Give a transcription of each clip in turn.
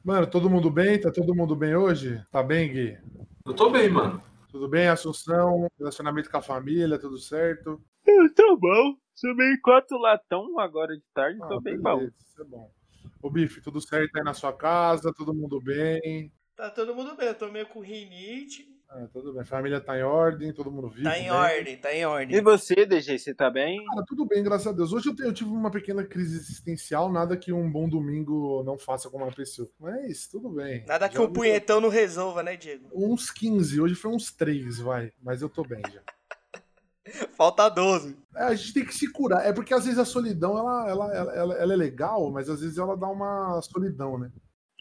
Mano, todo mundo bem? Tá todo mundo bem hoje? Tá bem, Gui? Eu tô bem, mano. Tudo bem, Assunção? Relacionamento com a família, tudo certo? Eu tô bom. Subi 4 latão agora de tarde, tô Ah, bem bom. beleza, isso é bom. Ô, Bife, tudo certo aí na sua casa? Todo mundo bem? Tá todo mundo bem, eu tô meio com rinite. Ah, tudo bem. A família tá em ordem, todo mundo Tá vivo em bem? ordem, tá em E ordem. você, DG, você tá bem? Cara, tudo bem, graças a Deus. Hoje eu tive uma pequena crise existencial, nada que um bom domingo não faça com uma pessoa. Mas tudo bem. Nada que Já um punhetão não resolva, né, Diego? uns 15, hoje foi uns 3, vai. Mas eu tô bem já. Falta 12. A gente tem que se curar. É porque às vezes a solidão ela é legal, mas às vezes ela dá uma solidão, né?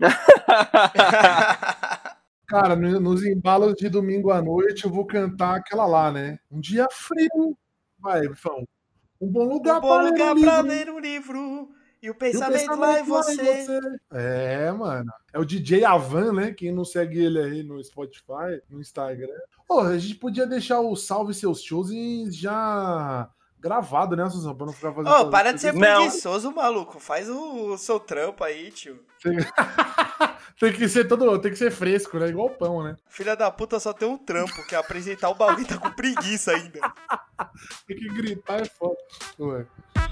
Cara, nos embalos de domingo à noite eu vou cantar aquela lá, né? Um dia frio. Vai, Bifão. Um bom Um lugar bom para ler um lugar pra livro. ler um livro e o E o pensamento lá em pensamento lá em você. você. É, mano. É o DJ Avan, né? Quem não segue ele aí no Spotify, no Instagram. Pô, a gente podia deixar o Salve Seus Shows já gravado, né, Suzão? Pra não ficar fazendo. Ô, para de ser Não. preguiçoso, maluco. Faz o seu trampo aí, tio. Tem que ser fresco, né? Igual pão, né? Filha da puta só tem um trampo, que é apresentar o bagulho e tá com preguiça ainda. Tem que gritar é foda. Ué.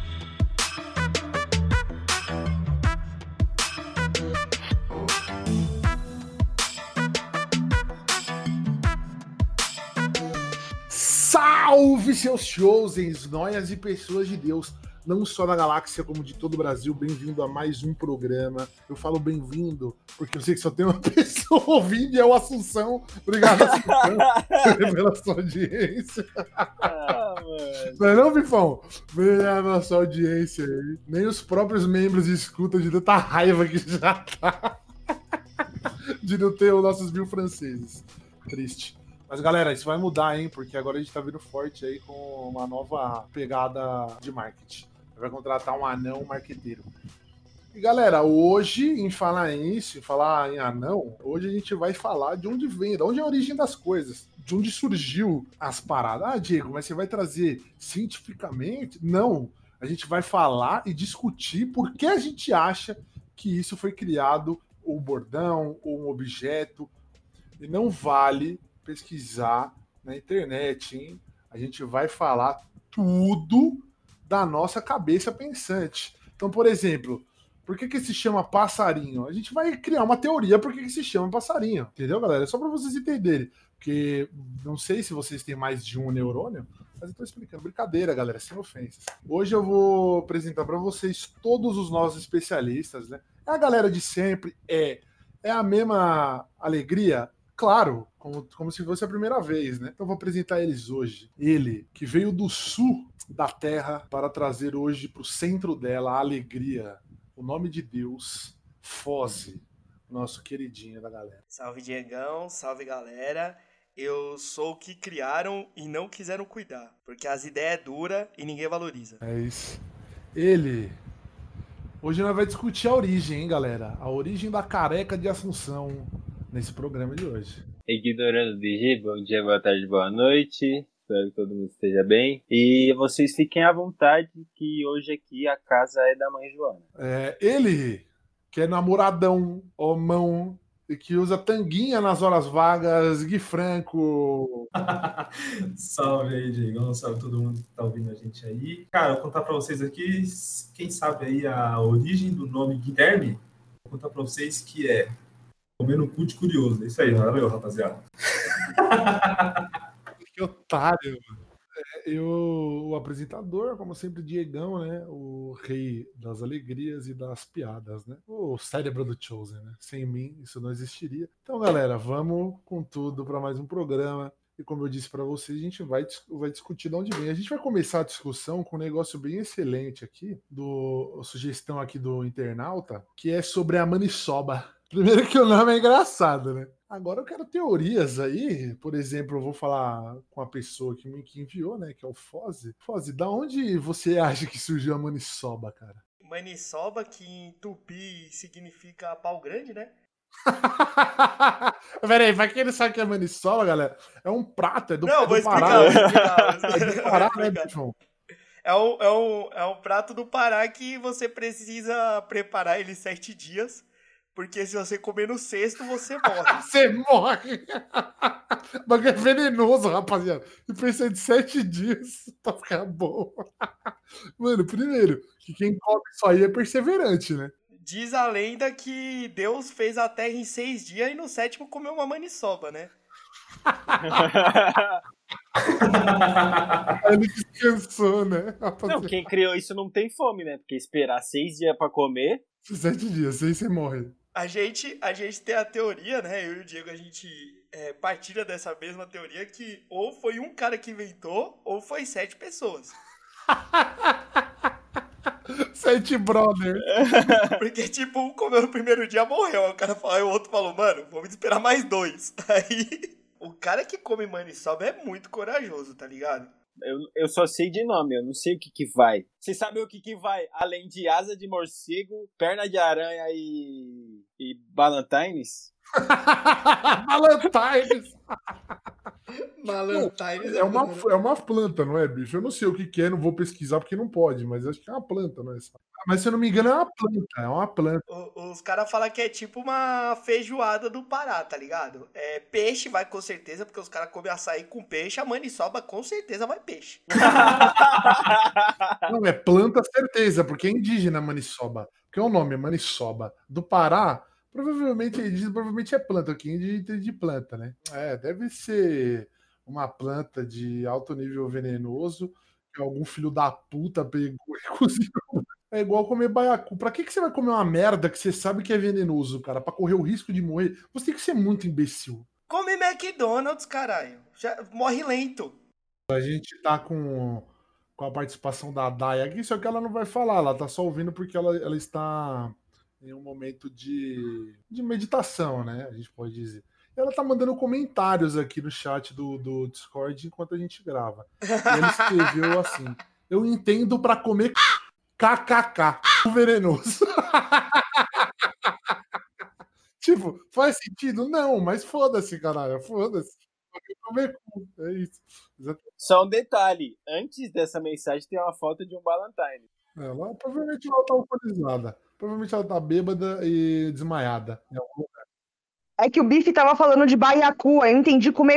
Salve seus chosens, noias e pessoas de Deus, não só da galáxia, como de todo o Brasil. Bem-vindo a mais um programa. Eu falo bem-vindo, porque eu sei que só tem uma pessoa ouvindo e é o Assunção. Obrigado, Assunção, pela sua audiência. Mano. Não é não, Bifão? Obrigado pela sua audiência aí. Nem os próprios membros escutam de tanta raiva que já tá de não ter os nossos mil franceses. Triste. Mas, galera, isso vai mudar, hein? Porque agora a gente tá vindo forte aí com uma nova pegada de marketing. Vai contratar um anão marqueteiro. E, galera, hoje, em falar isso, em falar em anão, hoje a gente vai falar de onde vem, de onde é a origem das coisas, de onde surgiu as paradas. Ah, Diego, mas você vai trazer cientificamente? Não. A gente vai falar e discutir por que a gente acha que isso foi criado, ou um bordão, ou um objeto. E não vale pesquisar na internet, hein? A gente vai falar tudo da nossa cabeça pensante. Então, por exemplo, por que se chama passarinho? A gente vai criar uma teoria por que se chama passarinho. Entendeu, galera? É só para vocês entenderem. Porque não sei se vocês têm mais de um neurônio, mas eu tô explicando. Brincadeira, galera, sem ofensas. Hoje eu vou apresentar para vocês todos os nossos especialistas, né? É a galera de sempre, é a mesma alegria? Claro, como se fosse a primeira vez, né? Então eu vou apresentar eles hoje. Ele, que veio do sul da Terra para trazer hoje para o centro dela a alegria, o nome de Deus, Foze, nosso queridinho da galera. Salve, Diegão. Salve, galera. Eu sou o que criaram e não quiseram cuidar. Porque as ideias é dura e ninguém valoriza. É isso. Ele. Hoje nós vamos discutir a origem, hein, galera? A origem da careca de Assunção nesse programa de hoje. Ignorando o DG, bom dia, boa tarde, boa noite. Espero que todo mundo esteja bem. E vocês fiquem à vontade, que hoje aqui a casa é da mãe Joana. Ele, que é namoradão, homão, e que usa tanguinha nas horas vagas, Gui Franco. Salve aí, Diegão. Salve todo mundo que tá ouvindo a gente aí. Cara, eu vou contar pra vocês aqui, quem sabe aí a origem do nome Guilherme, vou contar pra vocês que é comendo cu de curioso. É isso aí, valeu, rapaziada. Que otário. O apresentador, como sempre, Diegão, né? O rei das alegrias e das piadas, né? O cérebro do Chosen, né? Sem mim, isso não existiria. Então, galera, vamos com tudo para mais um programa. E como eu disse para vocês, a gente vai discutir de onde vem. A gente vai começar a discussão com um negócio bem excelente aqui, sugestão aqui do internauta, que é sobre a maniçoba. Primeiro que o nome é engraçado, né? Agora eu quero teorias aí. Por exemplo, eu vou falar com a pessoa que me enviou, né? Que é o Foze. Foze, da onde você acha que surgiu a maniçoba, cara? Maniçoba, que em tupi significa pau grande, né? Peraí, pra quem não sabe o que é maniçoba, galera, é um prato, é do, Não, é vou do explicar, Pará. vou explicar. É do Pará, Vou né, explicar. bichão? É um prato do Pará que você precisa preparar ele 7 dias Porque se você comer no sexto, você morre. Você morre! Mas é venenoso, rapaziada. E precisa de 7 dias pra ficar bom. Mano, primeiro, que quem come isso aí é perseverante, né? Diz a lenda que Deus fez a terra em 6 dias e no 7º comeu uma maniçoba, né? Aí ele descansou, né? Não, Rapaziada. quem criou isso não tem fome, né? Porque esperar 6 dias pra comer. 7 dias, aí você morre. A gente tem a teoria, né? Eu e o Diego, a gente partilha dessa mesma teoria que ou foi um cara que inventou, ou foi 7 pessoas. 7 brother. Porque, tipo, um comeu no primeiro dia, morreu. Aí o cara falou, aí o outro falou, mano, vamos esperar mais 2. Aí, o cara que come maniçoba é muito corajoso, tá ligado? Eu só sei de nome, eu não sei o que vai. Você sabe o que vai? Além de asa de morcego, perna de aranha e Ballantines? Ballantines. Malantines É uma planta, não é, bicho? Eu não sei o que é, não vou pesquisar porque não pode, mas acho que é uma planta, não é? Mas se eu não me engano, é uma planta. Os caras falam que é tipo uma feijoada do Pará, tá ligado? Peixe vai com certeza, porque os caras comem açaí com peixe, a maniçoba com certeza vai peixe. Não, é planta certeza, porque é indígena maniçoba. Porque é o nome, é maniçoba. Do Pará, provavelmente é indígena, provavelmente é planta, que indígena de planta, né? Deve ser uma planta de alto nível venenoso, que algum filho da puta pegou e cozinhou. É igual comer baiacu. Pra que você vai comer uma merda que você sabe que é venenoso, cara? Pra correr o risco de morrer? Você tem que ser muito imbecil. Come McDonald's, caralho. Já morre lento. A gente tá com a participação da Dai aqui, só que ela não vai falar, ela tá só ouvindo porque ela está em um momento de meditação, né? A gente pode dizer. Ela tá mandando comentários aqui no chat do Discord enquanto a gente grava. E ela escreveu assim: eu entendo pra comer kkk, venenoso. Tipo, faz sentido? Não, mas foda-se, caralho, foda-se. É isso. Só um detalhe, antes dessa mensagem tem uma foto de um Ballantine. Ela provavelmente ela tá alcoolizada. Provavelmente ela tá bêbada e desmaiada. Em algum lugar. É que o Bife tava falando de baiacu, aí eu entendi comer.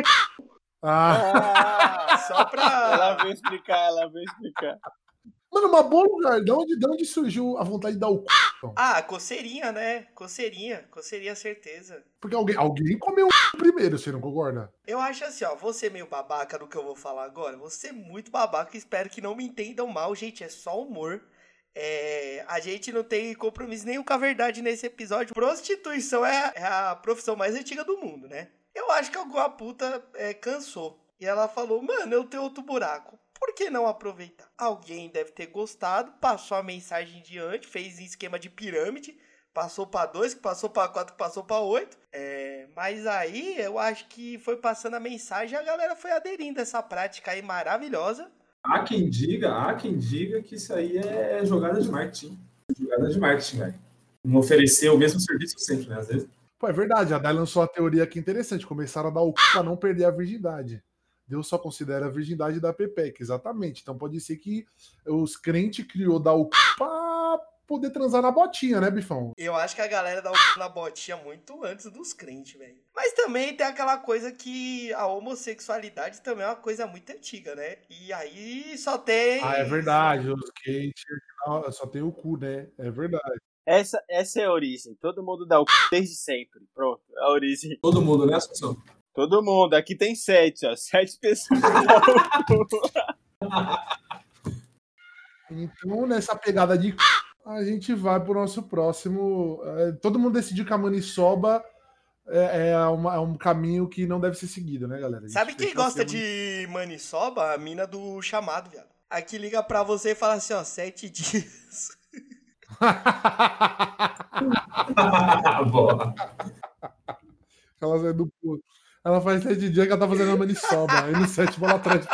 Só pra... Ela veio explicar. Mano, uma boa lugar. De onde surgiu a vontade de dar o c... Então? Coceirinha, né? Coceirinha, certeza. Porque alguém comeu o primeiro, você não concorda? Eu acho assim, ó, vou ser meio babaca no que eu vou falar agora. Vou ser muito babaca e espero que não me entendam mal, gente. É só humor. A gente não tem compromisso nenhum com a verdade nesse episódio. Prostituição é a profissão mais antiga do mundo, né? Eu acho que alguma puta cansou. E ela falou, mano, eu tenho outro buraco. Por que não aproveitar? Alguém deve ter gostado, passou a mensagem diante, fez em esquema de pirâmide, passou pra 2, que passou pra 4, que passou pra 8. Mas aí eu acho que foi passando a mensagem e a galera foi aderindo a essa prática aí maravilhosa. Há quem diga que isso aí é jogada de marketing. Jogada de marketing, velho. Não oferecer o mesmo serviço sempre, né? Às vezes. Pô, é verdade, a Dai lançou a teoria aqui interessante. Começaram a dar o c... pra não perder a virgindade. Deus só considera a virgindade da Pepeca, exatamente. Então pode ser que os crentes criou dar o c... pra poder transar na botinha, né, Bifão? Eu acho que a galera dá o c... na botinha muito antes dos crentes, velho. Mas também tem aquela coisa que a homossexualidade também é uma coisa muito antiga, né? E aí só tem... É verdade, os crentes só tem o cu, né? É verdade. Essa é a origem. Todo mundo dá o c desde sempre. Pronto, a origem. Todo mundo, né, Assunção? Todo mundo. Aqui tem 7, ó. 7 pessoas. Então, nessa pegada de c... a gente vai pro nosso próximo. Todo mundo decidiu que a maniçoba é um caminho que não deve ser seguido, né, galera? Sabe quem gosta de maniçoba? A mina do chamado, viado. Aqui liga pra você e fala assim, ó, 7 dias. Boa. Ela sai do pulo. Ela faz 7 dias que ela tá fazendo a maniçoba. Aí no 7 bola atrás.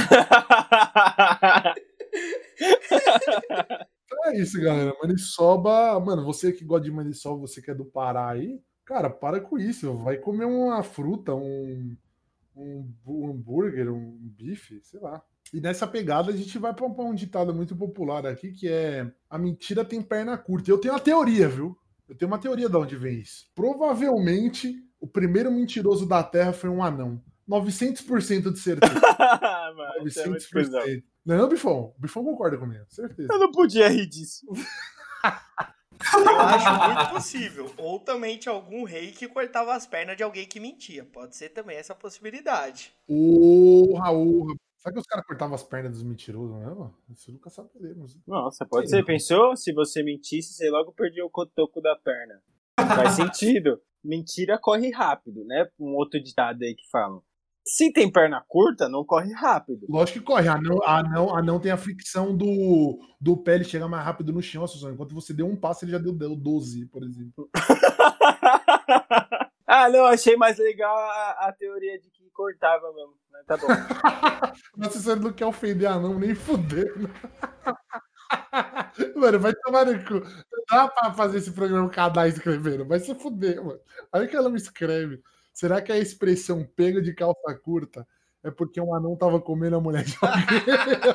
Então é isso, galera. Maniçoba. Mano, você que gosta de maniçoba, você que é do Pará aí, cara, para com isso. Vai comer uma fruta, um hambúrguer, um bife, sei lá. E nessa pegada a gente vai pra um ditado muito popular aqui, que é: a mentira tem perna curta. Eu tenho uma teoria, viu? Eu tenho uma teoria de onde vem isso. Provavelmente, o primeiro mentiroso da Terra foi um anão. 900% de certeza. Mano, isso é muito cuzão. 900%. Não, Bifão? O Bifão concorda comigo, certeza. Eu não podia rir disso. Eu acho muito possível. Ou também tinha algum rei que cortava as pernas de alguém que mentia. Pode ser também essa possibilidade. Raul. Sabe que os caras cortavam as pernas dos mentirosos, não é? Isso nunca saberemos. Nossa, pode ser. Pensou? Se você mentisse, você logo perdia o cotoco da perna. Faz sentido. Mentira corre rápido, né? Um outro ditado aí que falam. Se tem perna curta, não corre rápido. Lógico que corre. Anão tem a fricção do pé, ele chega mais rápido no chão, Suzano. Enquanto você deu um passo, ele já deu 12, por exemplo. Ah, não, achei mais legal a teoria de que cortava mesmo. Mas tá bom. Nossa, você não quer ofender anão, nem fuder. Mano, vai tomar no cu. Não dá pra fazer esse programa cadar escrevendo. Vai se fuder, mano. Olha que ela me escreve. Será que a expressão pega de calça curta é porque um anão tava comendo a mulher de alguém?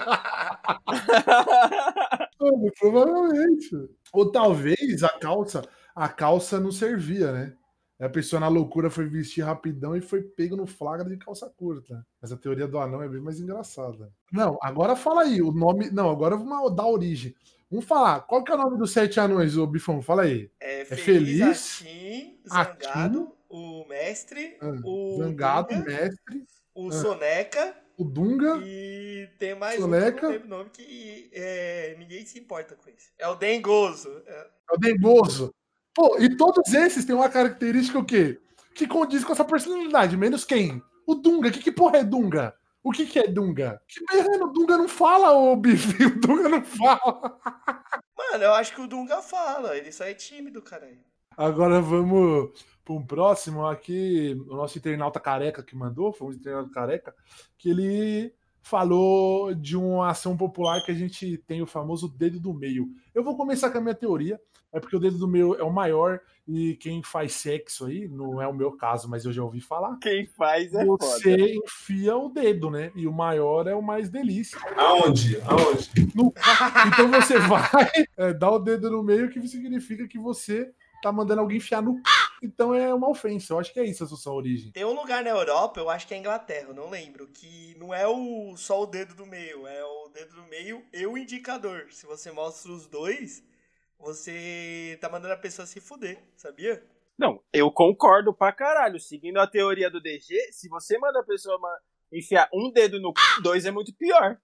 Mano, provavelmente. Ou talvez a calça não servia, né? A pessoa na loucura foi vestir rapidão e foi pego no flagra de calça curta. Mas a teoria do anão é bem mais engraçada. Não, agora fala aí o nome. Não, agora vamos dar origem. Vamos falar. Qual que é o nome dos 7 anões, ô Bifão? Fala aí. É Feliz, Atim, Zangado, o Mestre, o Zangado, Dunga, Mestre, o Soneca o Dunga. e tem mais Soneca. um que eu não lembro o nome que ninguém se importa com isso. É o Dengoso. É o Dengoso. Pô, e todos esses têm uma característica o quê? Que condiz com essa personalidade, menos quem? O Dunga. Que porra é Dunga? O que é Dunga? Que merda, o Dunga não fala, ô Bifi. O Dunga não fala. Mano, eu acho que o Dunga fala. Ele só é tímido, caralho. Agora vamos para um próximo aqui. O nosso internauta careca que mandou, foi um internauta careca, que ele falou de uma ação popular que a gente tem, o famoso dedo do meio. Eu vou começar com a minha teoria, é porque o dedo do meio é o maior e quem faz sexo aí, não é o meu caso, mas eu já ouvi falar. Quem faz é Você foda. enfia o dedo, né? E o maior é o mais delícia. Aonde? Então você vai dar o dedo no meio, que significa que você tá mandando alguém enfiar no c... Então é uma ofensa. Eu acho que é isso a sua origem. Tem um lugar na Europa, eu acho que é Inglaterra, eu não lembro, que não é só o dedo do meio, é o dedo do meio e o indicador. Se você mostra os dois, você tá mandando a pessoa se fuder, sabia? Não, eu concordo pra caralho. Seguindo a teoria do DG, se você manda a pessoa enfiar um dedo no c... 2 é muito pior.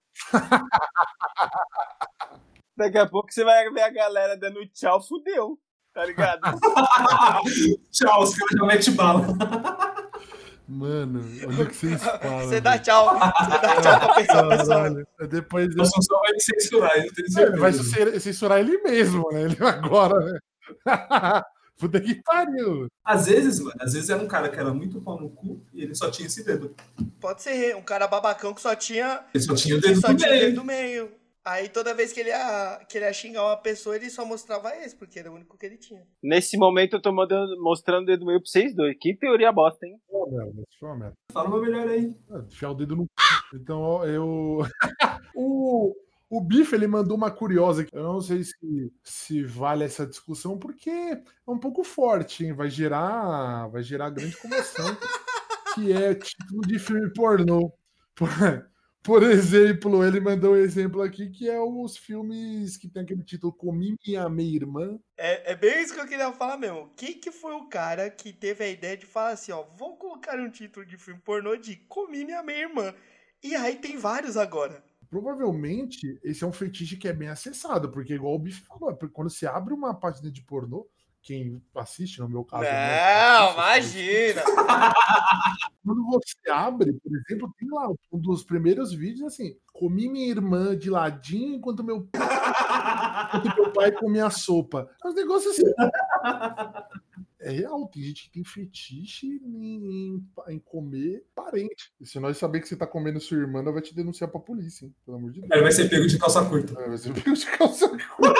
Daqui a pouco você vai ver a galera dando tchau, fudeu. Tá ligado? Tchau, os caras já metem bala. Mano, olha o que vocês falam. Você dá tchau. Você dá tchau pra pessoa. Depois O só vai me censurar, eu tenho certeza. ele vai censurar ele mesmo, né? Ele agora, né? Puta que pariu. Às vezes era um cara que era muito pau no cu e ele só tinha esse dedo. Pode ser um cara babacão que só tinha Ele só tinha o Ele dedo só do tinha o meio. dedo do meio. Aí toda vez que ele ia xingar uma pessoa, ele só mostrava esse, porque era o único que ele tinha. Nesse momento eu tô mostrando o dedo meio pra vocês dois. Que teoria bosta, hein? Fala uma melhor aí. Enfiar o dedo no c... Então, ó, eu... O Bife, ele mandou uma curiosa aqui. Eu não sei se vale essa discussão, porque é um pouco forte, hein? Vai gerar grande comoção, que é título de filme pornô. Por exemplo, ele mandou um exemplo aqui, que é os filmes que tem aquele título Comi Minha Irmã. É bem isso que eu queria falar mesmo. Quem que foi o cara que teve a ideia de falar assim, ó, vou colocar um título de filme pornô de Comi Minha Irmã. E aí tem vários agora. Provavelmente, esse é um fetiche que é bem acessado, porque igual o Bife falou, quando você abre uma página de pornô, quem assiste, no meu caso... Não, imagina! Quando você abre, por exemplo, tem lá um dos primeiros vídeos, assim, comi minha irmã de ladinho enquanto meu pai comia sopa. É um negócio assim... É real, tem gente que tem fetiche em comer parente. E se nós saber que você tá comendo sua irmã, ela vai te denunciar pra polícia, hein? Pelo amor de Deus. Ele vai ser pego de calça curta. Vai ser pego de calça curta.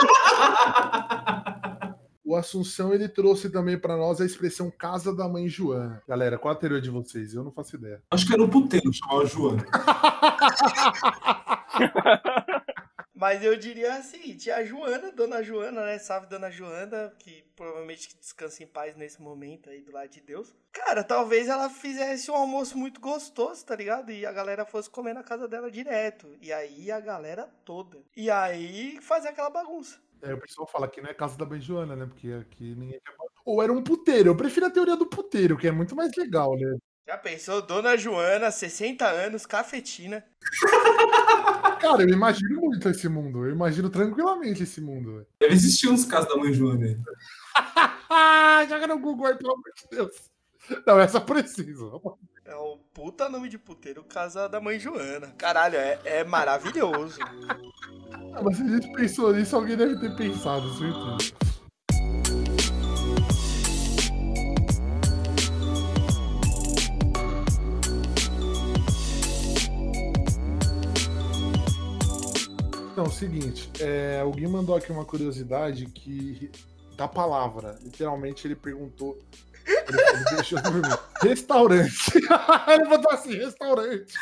O Assunção, ele trouxe também pra nós a expressão casa da mãe Joana. Galera, qual a teoria de vocês? Eu não faço ideia. Acho que era um puteiro chamado Joana. Mas eu diria assim, tia Joana, dona Joana, né? Salve, dona Joana, que provavelmente descansa em paz nesse momento aí do lado de Deus. Cara, talvez ela fizesse um almoço muito gostoso, tá ligado? E a galera fosse comer na casa dela direto. E aí a galera toda. E aí fazer aquela bagunça. O pessoal fala que não é casa da mãe Joana, né? Porque aqui ninguém quer. Ou era um puteiro. Eu prefiro a teoria do puteiro, que é muito mais legal, né? Já pensou? Dona Joana, 60 anos, cafetina. Cara, eu imagino muito esse mundo. Eu imagino tranquilamente esse mundo. Velho. Deve existir uns casos da mãe Joana aí. Joga no Google aí, pelo amor de Deus. Não, essa preciso. É um puta nome de puteiro, casa da mãe Joana. Caralho, é maravilhoso. Mas se a gente pensou nisso, alguém deve ter pensado, certeza. Então, é o seguinte, alguém mandou aqui uma curiosidade que da palavra, literalmente ele perguntou, ele deixou dormir. Restaurante. Ele botou assim, restaurante.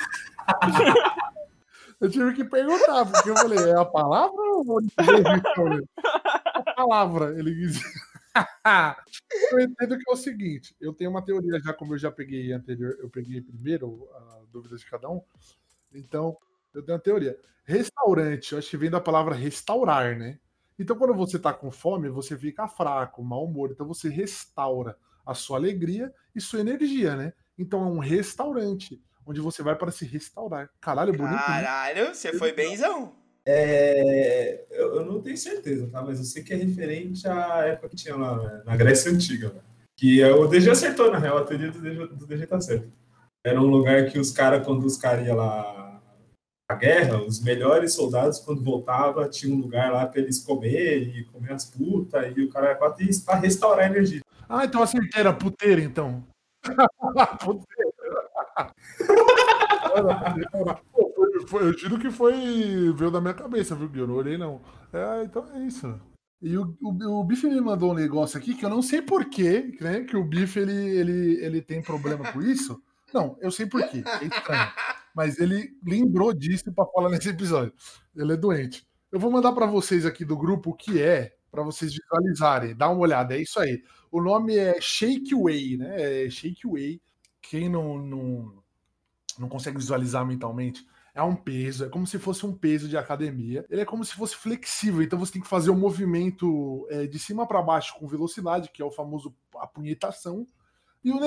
Eu tive que perguntar, porque eu falei, é a palavra ou vou entender restaurante? A palavra, ele diz. Eu entendo que é o seguinte, eu tenho uma teoria já, como eu já peguei anterior, eu peguei primeiro a dúvida de cada um, então eu tenho uma teoria. Restaurante, eu acho que vem da palavra restaurar, né? Então, quando você tá com fome, você fica fraco, mau humor. Então, você restaura a sua alegria e sua energia, né? Então, é um restaurante, onde você vai para se restaurar. Caralho, bonito, né? Caralho, você foi benzão. Eu não tenho certeza, tá? Mas eu sei que é referente à época que tinha lá na Grécia Antiga, né? Que o DG acertou, na real, a teoria do DG tá certa. Era um lugar que os caras, quando os caras iam lá a guerra, os melhores soldados, quando voltava, tinha um lugar lá pra eles comerem e comer as putas, e o cara quase ia pra restaurar a energia. Ah, então acertei, era puteira, então. Puteira. Eu juro que veio da minha cabeça, viu, Gui? Eu não olhei, não. Então é isso. E o Bife me mandou um negócio aqui que eu não sei porquê, né? Que o Bife, ele tem problema com isso. Não, eu sei porquê, é estranho. Mas ele lembrou disso pra falar nesse episódio. Ele é doente. Eu vou mandar pra vocês aqui do grupo o que é, pra vocês visualizarem. Dá uma olhada, é isso aí. O nome é Shake Way, né? É Shake Way. Quem não consegue visualizar mentalmente, é um peso, é como se fosse um peso de academia. Ele é como se fosse flexível, então você tem que fazer um movimento de cima para baixo com velocidade, que é o famoso apunhetação. E o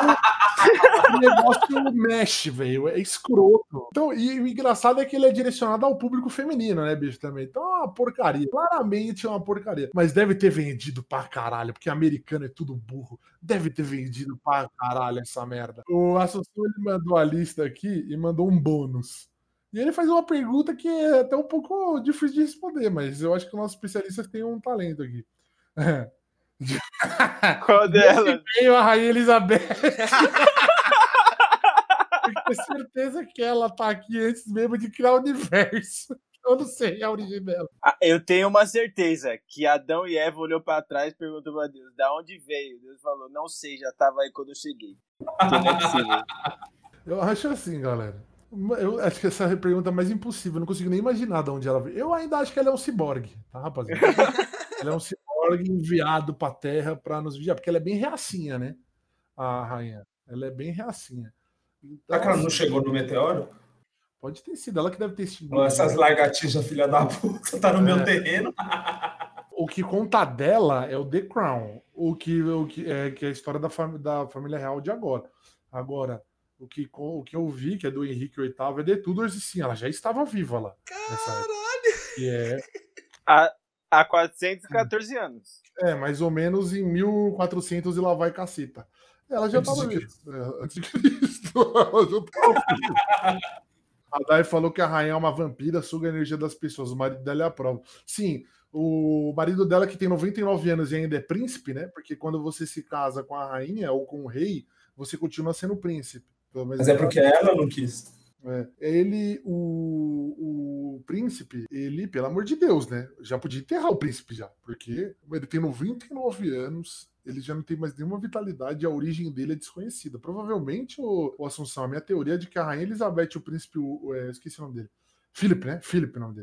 negócio mexe, velho. É escroto. Então, e o engraçado é que ele é direcionado ao público feminino, né, bicho? Também. Então é uma porcaria. Claramente é uma porcaria. Mas deve ter vendido pra caralho, porque americano é tudo burro. Deve ter vendido pra caralho essa merda. O Assunção, ele mandou a lista aqui e mandou um bônus. E ele faz uma pergunta que é até um pouco difícil de responder, mas eu acho que os nossos especialistas têm um talento aqui. Qual delas? Veio a Rainha Elizabeth. Eu tenho certeza que ela tá aqui antes mesmo de criar o universo. Eu não sei a origem dela. Eu tenho uma certeza que Adão e Eva olhou pra trás e perguntou pra Deus, da onde veio? Deus falou, não sei, já tava aí quando eu cheguei. Não é possível. Eu acho assim, galera. Eu acho que essa é a pergunta mais impossível. Eu não consigo nem imaginar de onde ela veio. Eu ainda acho que ela é um ciborgue, tá, rapaziada? Ela é um ciborgue enviado pra Terra pra nos vigiar, porque ela é bem reacinha, né? A rainha. Ela é bem reacinha. Então, Será que ela não chegou no meteoro? Pode ter sido, ela que deve ter sido. Essas lagartixas, filha da puta, tá no meu terreno. O que conta dela é o The Crown, que é a história da família real de agora. Agora, o que eu vi, que é do Henrique VIII, é de Tudors, e sim, ela já estava viva lá. Caralho! Que é... Há 414 anos. Mais ou menos em 1400 e lá vai caceta. Ela já estava viva. Antes de Cristo. Ela já estava viva. A Dai falou que a rainha é uma vampira, suga a energia das pessoas. O marido dela é a prova. Sim, o marido dela, que tem 99 anos e ainda é príncipe, né? Porque quando você se casa com a rainha ou com o rei, você continua sendo príncipe. Mas é porque ela não quis. Ele, o príncipe, ele, pelo amor de Deus, né? Já podia enterrar o príncipe já. Porque ele tem 99 anos. Ele já não tem mais nenhuma vitalidade, a origem dele é desconhecida. Provavelmente, o Assunção, a minha teoria é de que a Rainha Elizabeth e o príncipe, esqueci o nome dele, Philip, né? Philip é o nome dele.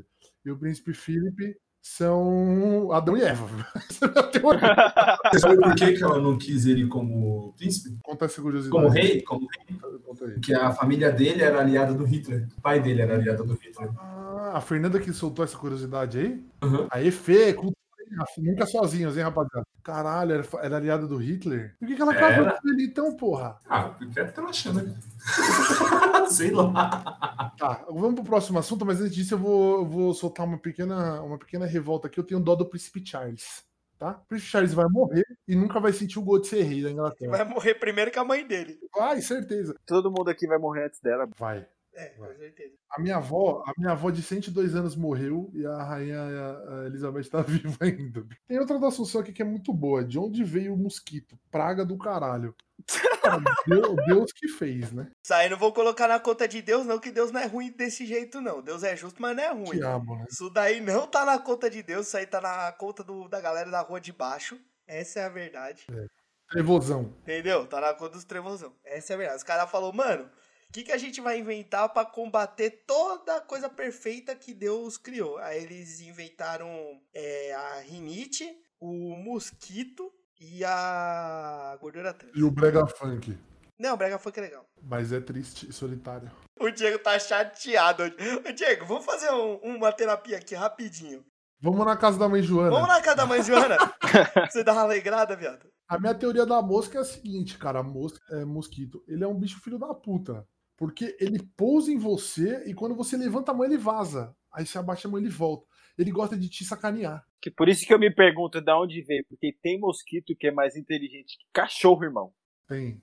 e o príncipe Philip são Adão e Eva. Essa é a minha teoria. Você sabe por que ela não quis ele como príncipe? Conta essa curiosidade. Como rei? Conta aí. Porque a família dele era aliada do Hitler. O pai dele era aliado do Hitler. A Fernanda que soltou essa curiosidade aí? Uhum. Aí, Fê, nunca sozinhos, hein, rapaziada? Caralho, era aliada do Hitler? Por que ela casou com ele então, porra? Porque ela tá achando, né? Sei lá. Tá, vamos pro próximo assunto, mas antes disso eu vou soltar uma pequena revolta aqui. Eu tenho dó do Príncipe Charles, tá? O Príncipe Charles vai morrer e nunca vai sentir o gosto de ser rei da Inglaterra. Vai morrer primeiro que a mãe dele. Vai, certeza. Todo mundo aqui vai morrer antes dela. Vai. Com certeza. A minha avó de 102 anos morreu e a rainha a Elizabeth tá viva ainda. Tem outra da Assunção aqui que é muito boa. De onde veio o mosquito? Praga do caralho. Cara, Deus que fez, né? Isso aí não vou colocar na conta de Deus, não, que Deus não é ruim desse jeito, não. Deus é justo, mas não é ruim. Diabo, né? Isso daí não tá na conta de Deus, isso aí tá na conta da galera da rua de baixo. Essa é a verdade. Trevozão. Entendeu? Tá na conta dos trevozão. Essa é a verdade. Os caras falaram, mano, o que a gente vai inventar pra combater toda a coisa perfeita que Deus criou? Aí eles inventaram a rinite, o mosquito e a gordura trans. E o Brega Funk. Não, o brega funk é legal. Mas é triste e solitário. O Diego tá chateado. Ô, Diego, vamos fazer uma terapia aqui rapidinho. Vamos na casa da mãe Joana. Vamos na casa da mãe Joana? Pra você dar uma alegrada, viado. A minha teoria da mosca é a seguinte, cara. Mosquito, ele é um bicho filho da puta. Porque ele pousa em você e quando você levanta a mão, ele vaza. Aí você abaixa a mão, ele volta. Ele gosta de te sacanear. Que por isso que eu me pergunto de onde veio. Porque tem mosquito que é mais inteligente que cachorro, irmão. Tem.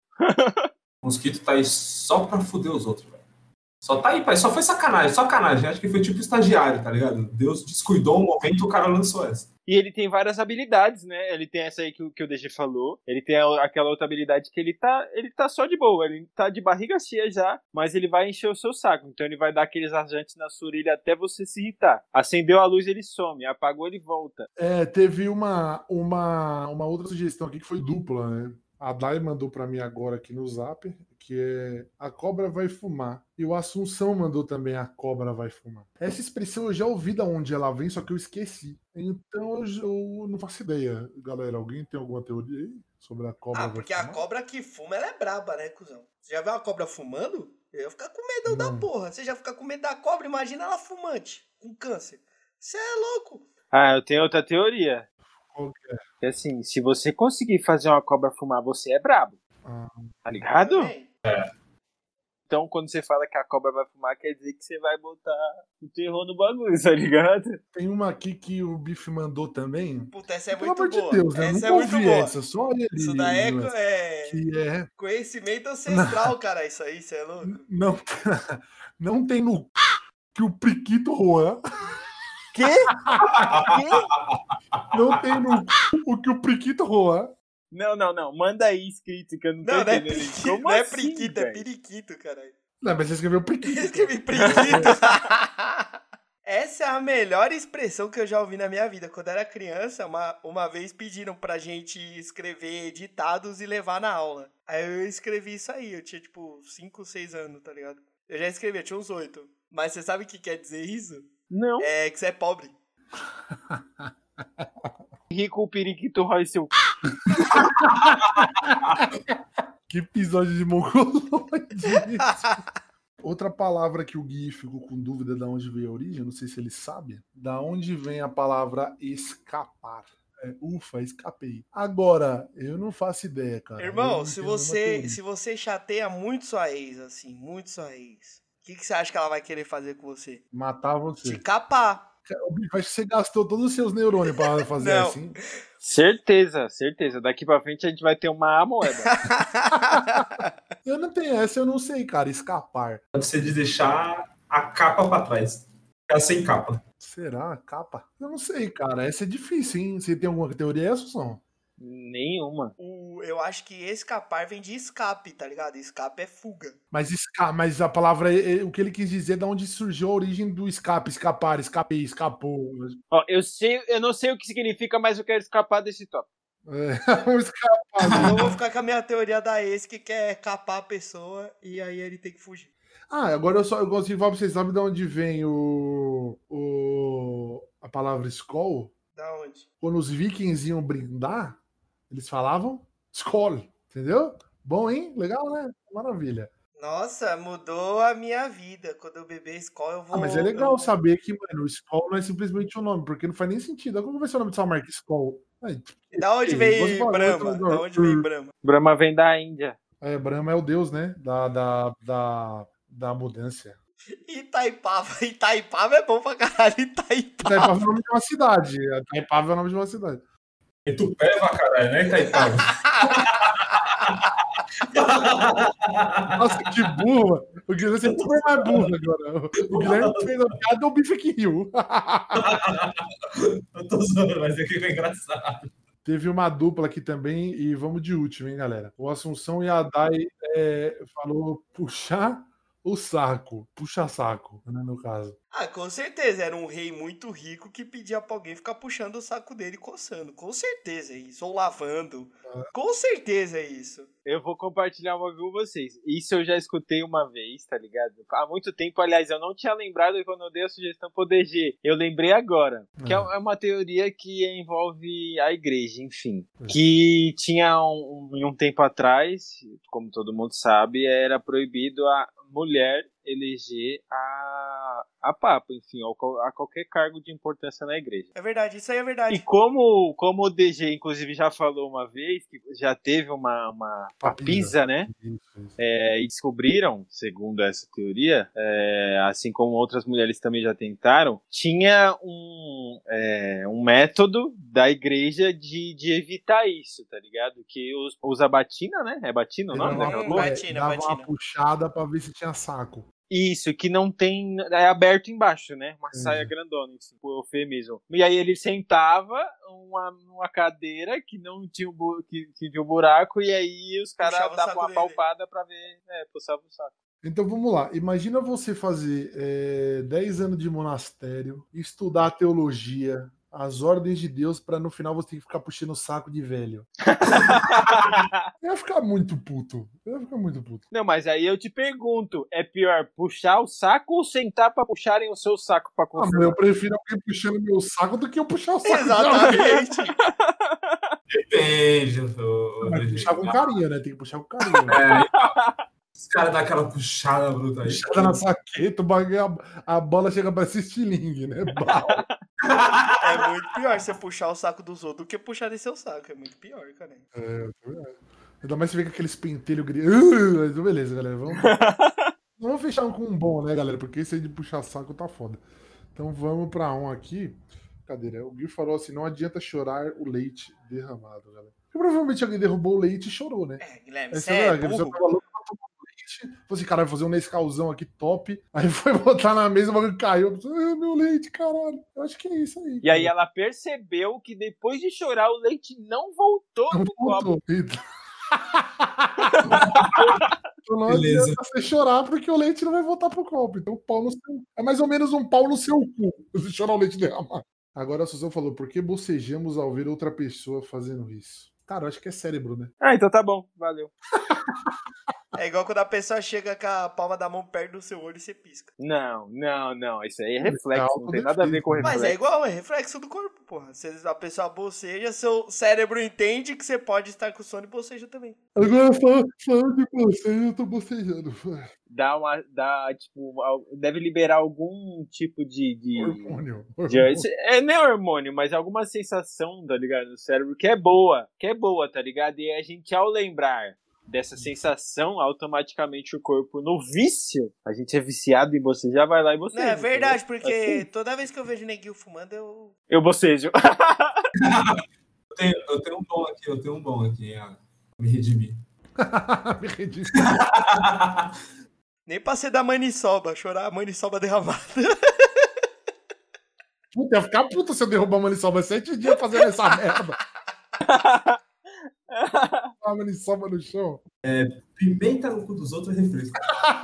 O mosquito tá aí só pra fuder os outros, velho. Só tá aí, pai. Só foi sacanagem. Acho que foi tipo estagiário, tá ligado? Deus descuidou um momento e o cara lançou essa. E ele tem várias habilidades, né? Ele tem essa aí que o DG falou. Ele tem aquela outra habilidade que ele tá só de boa. Ele tá de barriga cheia já, mas ele vai encher o seu saco. Então ele vai dar aqueles agentes na sua orelha até você se irritar. Acendeu a luz, ele some. Apagou, ele volta. Teve uma outra sugestão aqui que foi dupla, né? A Dai mandou pra mim agora aqui no Zap, que é a cobra vai fumar. E o Assunção mandou também a cobra vai fumar. Essa expressão eu já ouvi de onde ela vem, só que eu esqueci. Então eu não faço ideia. Galera, alguém tem alguma teoria aí sobre a cobra vai fumar? Porque a cobra que fuma, ela é braba, né, cuzão? Você já viu uma cobra fumando? Eu ia ficar com medo da porra. Você já fica com medo da cobra? Imagina ela fumante, com câncer. Você é louco. Ah, eu tenho outra teoria. Qual que é? Que assim, se você conseguir fazer uma cobra fumar, você é brabo. Tá ligado? Então, quando você fala que a cobra vai fumar, quer dizer que você vai botar o terror no bagulho, tá ligado? Tem uma aqui que o Bife mandou também. Puta, essa é Pelo muito amor boa. de Deus, né? Essa Nunca é muito ouvi boa. essa, só ele. Isso daí que é conhecimento ancestral, cara. Isso aí, você é louco. Não tem no que o Priquito Juan. Quê? Não tem no o que o Priquito Juan. Não. Manda aí escrito que eu não tô Não é entendendo. periquito, Como não é assim, periquito, é velho? periquito, caralho. Não, mas você escreveu Priquito. Eu escrevi periquito. Essa é a melhor expressão que eu já ouvi na minha vida. Quando eu era criança, uma vez pediram pra gente escrever ditados e levar na aula. Aí eu escrevi isso aí. Eu tinha, 5, 6 anos, tá ligado? Eu já escrevi, eu tinha uns 8. Mas você sabe o que quer dizer isso? Não. É que você é pobre. Rico, o periquito rói seu... Que episódio de mongoloide. Outra palavra que o Gui ficou com dúvida de onde veio a origem, não sei se ele sabe, da onde vem a palavra escapar. Ufa, escapei. Agora, eu não faço ideia, cara. Irmão, se você chateia muito sua ex, assim, muito sua ex, o que você acha que ela vai querer fazer com você? Matar você. Te capar. Acho que você gastou todos os seus neurônios pra fazer Não. assim. Certeza. Daqui pra frente a gente vai ter uma moeda. Eu não tenho essa, eu não sei, cara. Escapar. Pode ser de deixar a capa pra trás. Ficar sem capa. Será? Capa? Eu não sei, cara. Essa é difícil, hein? Você tem alguma teoria essa, Sussão? Nenhuma. Eu acho que escapar vem de escape, tá ligado? Escape é fuga. Mas a palavra, o que ele quis dizer é de onde surgiu a origem do escape, escapar, escapei, escapou. Ó, eu não sei o que significa, mas eu quero escapar desse tópico. Vamos escapar. Eu vou ficar com a minha teoria da ex, que quer capar a pessoa e aí ele tem que fugir. Agora eu gosto de falar pra vocês, sabe de onde vem a palavra Skol? Da onde? Quando os vikings iam brindar, eles falavam Skol, entendeu? Bom, hein? Legal, né? Maravilha. Nossa, mudou a minha vida. Quando eu beber Skol, eu vou... Mas é legal saber que, mano, o Skol não é simplesmente um nome, porque não faz nem sentido. Como vai ser o nome dessa marca Skol? Da onde veio Brahma? Da onde veio Brahma? Brahma vem da Índia. Brahma é o deus, né? Da abundância. Itaipava é bom pra caralho. Itaipava é o nome de uma cidade. Itaipava é o nome de uma cidade. Itupeva, caralho, né, Itaipava? Nossa, que burro, mano. O Guilherme é super mais burro agora. O Guilherme fez a piada do bife que riu. Eu tô zoando, mas aqui foi engraçado. Teve uma dupla aqui também, e vamos de último, hein, galera? O Assunção e a Dai falou puxar o saco. Puxa saco, né, no caso. Com certeza. Era um rei muito rico que pedia pra alguém ficar puxando o saco dele e coçando. Com certeza é isso. Ou lavando. Com certeza é isso. Eu vou compartilhar uma com vocês. Isso eu já escutei uma vez, tá ligado? Há muito tempo, aliás, eu não tinha lembrado quando eu dei a sugestão pro DG. Eu lembrei agora. Que é uma teoria que envolve a igreja, enfim. Que tinha um tempo atrás, como todo mundo sabe, era proibido a mulher eleger a papa, enfim, ou a qualquer cargo de importância na igreja. É verdade, isso aí é verdade. E como o DG, inclusive, já falou uma vez, que já teve uma papisa, né? Isso. E descobriram, segundo essa teoria, assim como outras mulheres também já tentaram, tinha um método da igreja de evitar isso, tá ligado? Que usa batina, né? É batina o nome daquela porra? Dava uma puxada pra ver se tinha saco. Isso, que não tem. É aberto embaixo, né? Uma saia grandona, assim, o eufemismo. E aí ele sentava numa cadeira que não tinha que tinha um buraco, e aí os caras davam uma palpada pra ver, puxava o saco. Então vamos lá. Imagina você fazer 10 anos de monastério, estudar teologia, as ordens de Deus, pra no final você ter que ficar puxando o saco de velho. Eu ia ficar muito puto. Não, mas aí eu te pergunto, é pior puxar o saco ou sentar pra puxarem o seu saco pra confirmar? Eu prefiro alguém puxando meu saco do que eu puxar o saco. Exatamente. Depende. Tem que puxar com carinho, né? Tem que puxar com carinho. Os caras dão aquela puxada bruta aí. Puxada na saqueta, a bola chega pra ser estilingue, né? É muito pior você puxar o saco dos outros do que puxar de seu saco. É muito pior, cara. Ainda mais você vê com aqueles pentelhos gringos. Beleza, galera. Vamos fechar com um bom, né, galera? Porque esse aí de puxar saco tá foda. Então vamos pra um aqui. Cadê? O Gui falou assim: não adianta chorar o leite derramado, galera. Porque provavelmente alguém derrubou o leite e chorou, né? Guilherme, você tava louco pra tomar leite. Falou assim: cara, vai fazer um Nescauzão aqui top. Aí foi botar na mesa, o bagulho caiu. Meu leite, caralho. Eu acho que é isso aí. E aí ela percebeu que depois de chorar, o leite não voltou pro copo. Então não adianta você chorar porque o leite não vai voltar pro copo. Então pau no seu... É mais ou menos um pau no seu cu. Você chorar o leite derramado. Agora a Suzão falou: por que bocejamos ao ver outra pessoa fazendo isso? Cara, eu acho que é cérebro, né? Então tá bom, valeu. É igual quando a pessoa chega com a palma da mão perto do seu olho e você pisca. Não. Isso aí é reflexo, não tem nada a ver com reflexo. Mas é igual, é reflexo do corpo, porra. Se a pessoa boceja, seu cérebro entende que você pode estar com sono e boceja também. Agora falando de bocejo, eu tô bocejando. Deve liberar algum tipo de hormônio. Não é hormônio, mas alguma sensação, tá ligado, no cérebro que é boa, tá ligado? E a gente, ao lembrar dessa sensação, automaticamente o corpo, no vício, a gente é viciado em bocejar, vai lá e boceja. É verdade, porque assim, toda vez que eu vejo neguinho fumando, eu bocejo. Eu tenho um bom aqui, me redimir. Me redimir. Nem pra ser da maniçoba, chorar a maniçoba derramada. Puta, ia ficar puta se eu derrubar a maniçoba 7 dias fazendo essa merda. A maniçoba no chão. Pimenta no cu dos outros é refresco.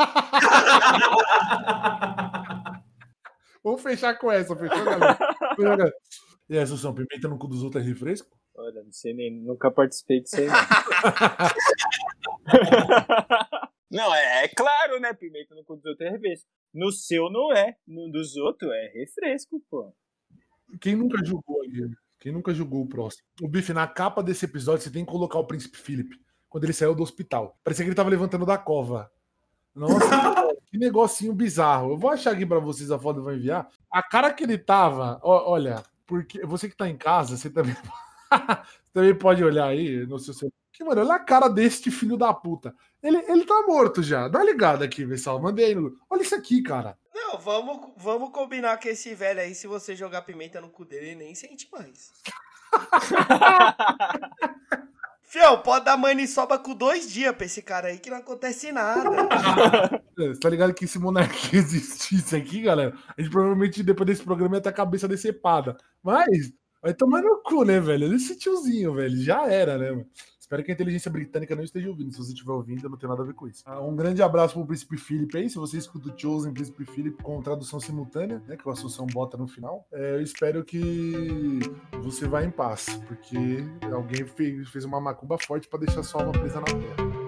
Vamos fechar com essa, fechou, galera? E aí, Sussão, pimenta no cu dos outros é refresco? Olha, não sei nem, nunca participei disso aí, não. Não, é claro, né? Pimenta no cu dos outros outros é refresco. No seu não é. No dos outros é refresco, pô. Quem nunca julgou ali? Quem nunca julgou o próximo? O Bife, na capa desse episódio, você tem que colocar o Príncipe Philip. Quando ele saiu do hospital. Parecia que ele tava levantando da cova. Nossa, que negocinho bizarro. Eu vou achar aqui pra vocês a foto e vou enviar. A cara que ele tava, olha, porque você que tá em casa, você também, você também pode olhar aí no seu celular. Que, mano, olha a cara deste filho da puta. Ele tá morto já. Dá uma ligada aqui, pessoal. Mandei aí. Olha isso aqui, cara. Não, vamos combinar que esse velho aí, se você jogar pimenta no cu dele, ele nem sente mais. Fiel, pode dar maniçoba com 2 dias pra esse cara aí que não acontece nada. Você tá ligado que se monarquia existisse aqui, galera, a gente provavelmente depois desse programa ia ter a cabeça decepada. Mas vai tomar no cu, né, velho? Esse tiozinho, velho, já era, né, mano? Espero que a inteligência britânica não esteja ouvindo. Se você estiver ouvindo, eu não tenho nada a ver com isso. Um grande abraço pro Príncipe Philip aí. Se você escuta o Chosen Príncipe Philip com tradução simultânea, né, que o Assunção bota no final, eu espero que você vá em paz, porque alguém fez uma macumba forte pra deixar sua alma presa na terra.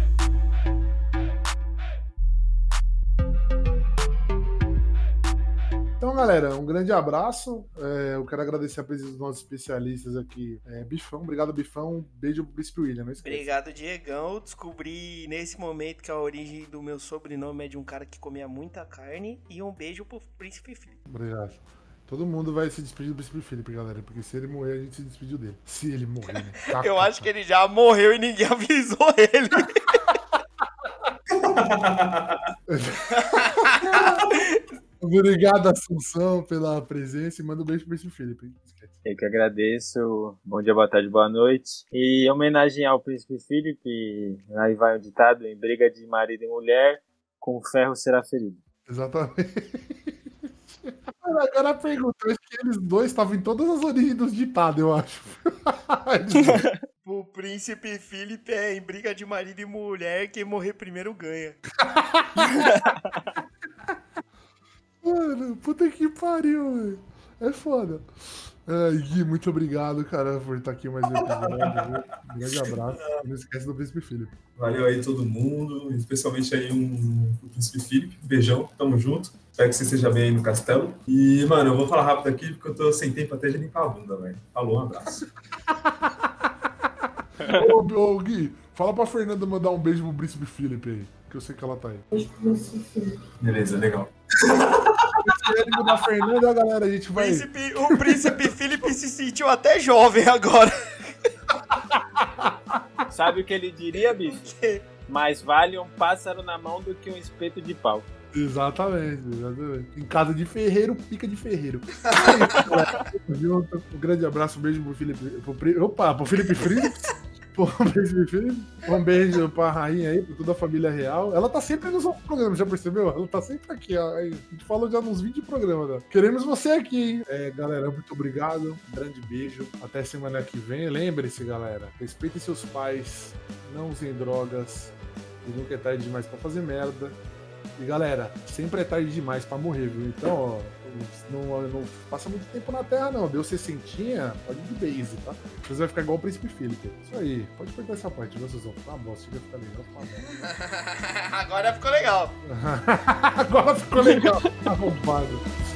Então, galera, um grande abraço. Eu quero agradecer a presença dos nossos especialistas aqui. Bifão, obrigado, Bifão. Beijo pro Príncipe William, não esquece. Obrigado, Diegão. Descobri nesse momento que a origem do meu sobrenome é de um cara que comia muita carne. E um beijo pro Príncipe Felipe. Obrigado. Todo mundo vai se despedir do Príncipe Felipe, galera, porque se ele morrer, a gente se despediu dele. Se ele morrer, né? Eu acho que ele já morreu e ninguém avisou ele. Obrigado, Assunção, pela presença e manda um beijo pro Príncipe Felipe. Eu que agradeço. Bom dia, boa tarde, boa noite. E em homenagem ao Príncipe Felipe, aí vai o ditado: em briga de marido e mulher, com ferro será ferido. Exatamente. Agora a pergunta, eu acho que eles dois estavam em todas as origens dos ditados, eu acho. O Príncipe Felipe em briga de marido e mulher, quem morrer primeiro ganha. Mano, puta que pariu, velho. É foda. Gui, muito obrigado, cara, por estar aqui mais um episódio. Um grande abraço. Não esquece do Príncipe Felipe. Valeu aí todo mundo, especialmente aí o Príncipe Felipe. Beijão, tamo junto. Espero que você esteja bem aí no castelo. E, mano, eu vou falar rápido aqui porque eu tô sem tempo até de limpar a bunda, velho. Falou, um abraço. Ô, Gui, fala pra Fernanda mandar um beijo pro Príncipe Felipe aí, que eu sei que ela tá aí. Beleza, legal. O da Fernanda, galera, a gente vai... O Príncipe Felipe se sentiu até jovem agora. Sabe o que ele diria, bicho? Mais vale um pássaro na mão do que um espeto de pau. Exatamente. Em casa de ferreiro, pica de ferreiro. Um grande abraço, um beijo pro Felipe. Pro Felipe Felipe. Um beijo pra rainha aí, pra toda a família real. Ela tá sempre nos outros programas, já percebeu? Ela tá sempre aqui, ó. A gente falou já nos 20 programas, né? Queremos você aqui, hein? Galera, muito obrigado. Um grande beijo. Até semana que vem. Lembre-se, galera, respeitem seus pais, não usem drogas, e nunca é tarde demais pra fazer merda. E galera, sempre é tarde demais pra morrer, viu? Então, ó, não passa muito tempo na Terra, não. Deu 60, pode ir de base, tá? Você vai ficar igual o Príncipe Felipe. Isso aí, pode cortar essa parte, viu, Suzão? Tá bom, se vai ficar legal, tá bom. Agora ficou legal. Agora ficou legal. Tá roubado.